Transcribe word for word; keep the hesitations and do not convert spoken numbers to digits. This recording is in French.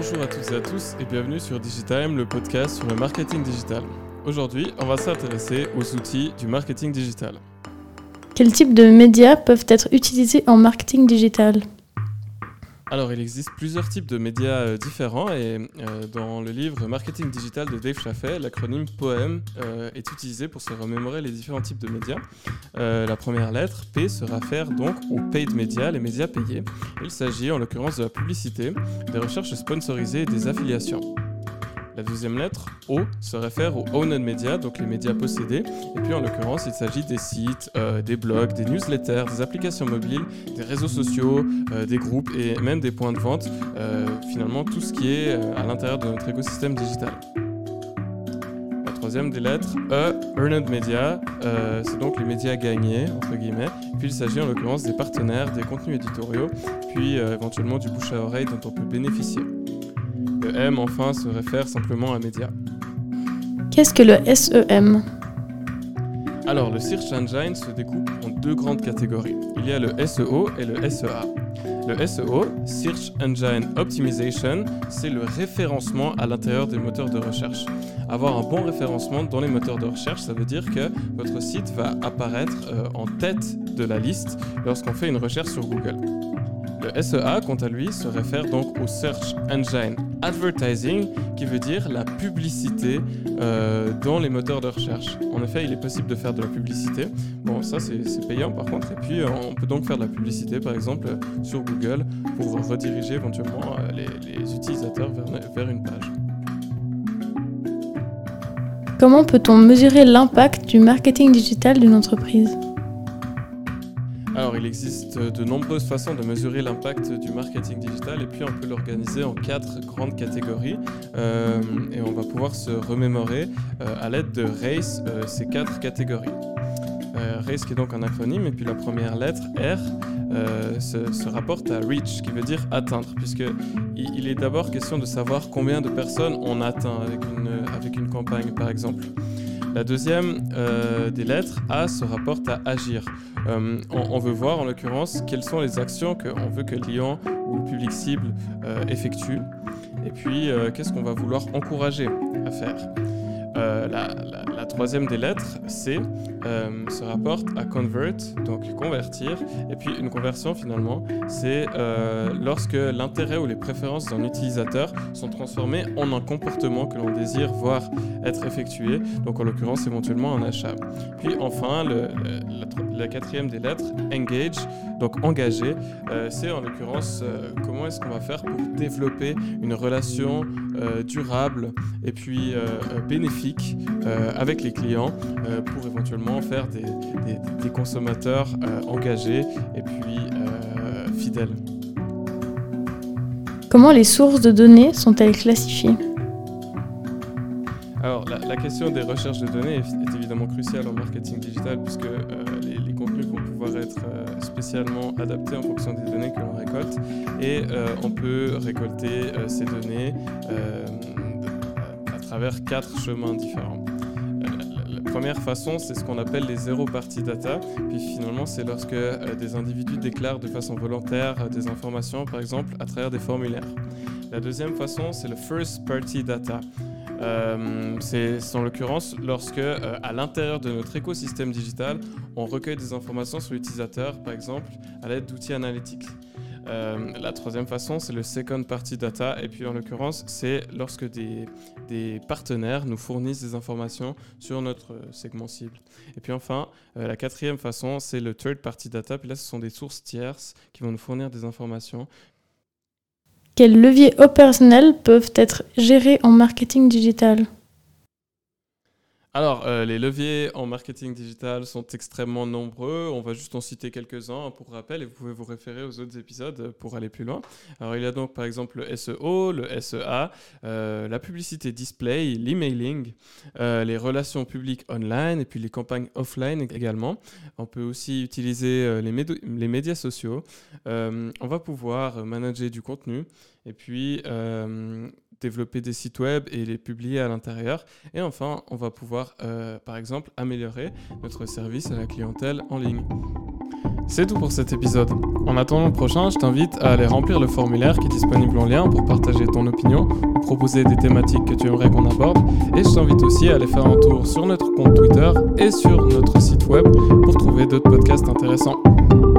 Bonjour à toutes et à tous et bienvenue sur Digitime, le podcast sur le marketing digital. Aujourd'hui, on va s'intéresser aux outils du marketing digital. Quels types de médias peuvent être utilisés en marketing digital ? Alors, il existe plusieurs types de médias euh, différents et euh, dans le livre Marketing Digital de Dave Chaffee, l'acronyme P O E M euh, est utilisé pour se remémorer les différents types de médias. Euh, la première lettre, P, se réfère donc aux paid médias, les médias payés. Il s'agit en l'occurrence de la publicité, des recherches sponsorisées et des affiliations. La deuxième lettre, O, se réfère aux owned media, donc les médias possédés. Et puis en l'occurrence, il s'agit des sites, euh, des blogs, des newsletters, des applications mobiles, des réseaux sociaux, euh, des groupes et même des points de vente. Euh, finalement, tout ce qui est euh, à l'intérieur de notre écosystème digital. La troisième des lettres, E, earned media, euh, c'est donc les médias gagnés, entre guillemets. Puis il s'agit en l'occurrence des partenaires, des contenus éditoriaux, puis euh, éventuellement du bouche à oreille dont on peut bénéficier. Le M, enfin, se réfère simplement à médias. Qu'est-ce que le S E M ? Alors, le Search Engine se découpe en deux grandes catégories. Il y a le S E O et le S E A. Le S E O, Search Engine Optimization, c'est le référencement à l'intérieur des moteurs de recherche. Avoir un bon référencement dans les moteurs de recherche, ça veut dire que votre site va apparaître euh, en tête de la liste lorsqu'on fait une recherche sur Google. Le S E A, quant à lui, se réfère donc au Search Engine Advertising, qui veut dire la publicité euh, dans les moteurs de recherche. En effet, il est possible de faire de la publicité. Bon, ça, c'est, c'est payant par contre. Et puis, euh, on peut donc faire de la publicité, par exemple, euh, sur Google, pour rediriger éventuellement euh, les, les utilisateurs vers, vers une page. Comment peut-on mesurer l'impact du marketing digital d'une entreprise ? Alors, il existe de nombreuses façons de mesurer l'impact du marketing digital et puis on peut l'organiser en quatre grandes catégories euh, et on va pouvoir se remémorer euh, à l'aide de RACE euh, ces quatre catégories. Euh, RACE qui est donc un acronyme et puis la première lettre, R, euh, se, se rapporte à reach qui veut dire atteindre puisque il, il est d'abord question de savoir combien de personnes on atteint avec une, avec une campagne par exemple. La deuxième euh, des lettres, A, se rapporte à agir. Euh, on, on veut voir en l'occurrence quelles sont les actions qu'on veut que le client ou le public cible euh, effectue. Et puis, euh, qu'est-ce qu'on va vouloir encourager à faire. Euh, la, la, la troisième des lettres, C, euh, se rapporte à convert, donc convertir. Et puis une conversion finalement, c'est euh, lorsque l'intérêt ou les préférences d'un utilisateur sont transformées en un comportement que l'on désire voir être effectué, donc en l'occurrence éventuellement un achat. Puis enfin, le, le, la, la quatrième des lettres, engage, donc engager, euh, c'est en l'occurrence euh, comment est-ce qu'on va faire pour développer une relation euh, durable et puis euh, bénéfique Euh, avec les clients euh, pour éventuellement faire des, des, des consommateurs euh, engagés et puis euh, fidèles. Comment les sources de données sont-elles classifiées ? Alors la, la question des recherches de données est, est évidemment cruciale en marketing digital puisque euh, les, les contenus vont pouvoir être euh, spécialement adaptés en fonction des données que l'on récolte et euh, on peut récolter euh, ces données euh, à travers quatre chemins différents. La première façon, c'est ce qu'on appelle les zero party data. Puis finalement, c'est lorsque euh, des individus déclarent de façon volontaire euh, des informations, par exemple, à travers des formulaires. La deuxième façon, c'est le first party data. Euh, c'est, c'est en l'occurrence lorsque, euh, à l'intérieur de notre écosystème digital, on recueille des informations sur l'utilisateur, par exemple, à l'aide d'outils analytiques. Euh, la troisième façon, c'est le second party data. Et puis, en l'occurrence, c'est lorsque des, des partenaires nous fournissent des informations sur notre segment cible. Et puis, enfin, euh, la quatrième façon, c'est le third party data. Puis là, ce sont des sources tierces qui vont nous fournir des informations. Quels leviers opérationnels peuvent être gérés en marketing digital ? Alors, euh, les leviers en marketing digital sont extrêmement nombreux. On va juste en citer quelques-uns pour rappel et vous pouvez vous référer aux autres épisodes pour aller plus loin. Alors, il y a donc par exemple le S E O, le S E A, euh, la publicité display, l'emailing, euh, les relations publiques online et puis les campagnes offline également. On peut aussi utiliser euh, les, médo- les médias sociaux. Euh, on va pouvoir manager du contenu et puis euh, développer des sites web et les publier à l'intérieur. Et enfin, on va pouvoir, euh, par exemple, améliorer notre service à la clientèle en ligne. C'est tout pour cet épisode. En attendant le prochain, je t'invite à aller remplir le formulaire qui est disponible en lien pour partager ton opinion ou proposer des thématiques que tu aimerais qu'on aborde. Et je t'invite aussi à aller faire un tour sur notre compte Twitter et sur notre site web pour trouver d'autres podcasts intéressants.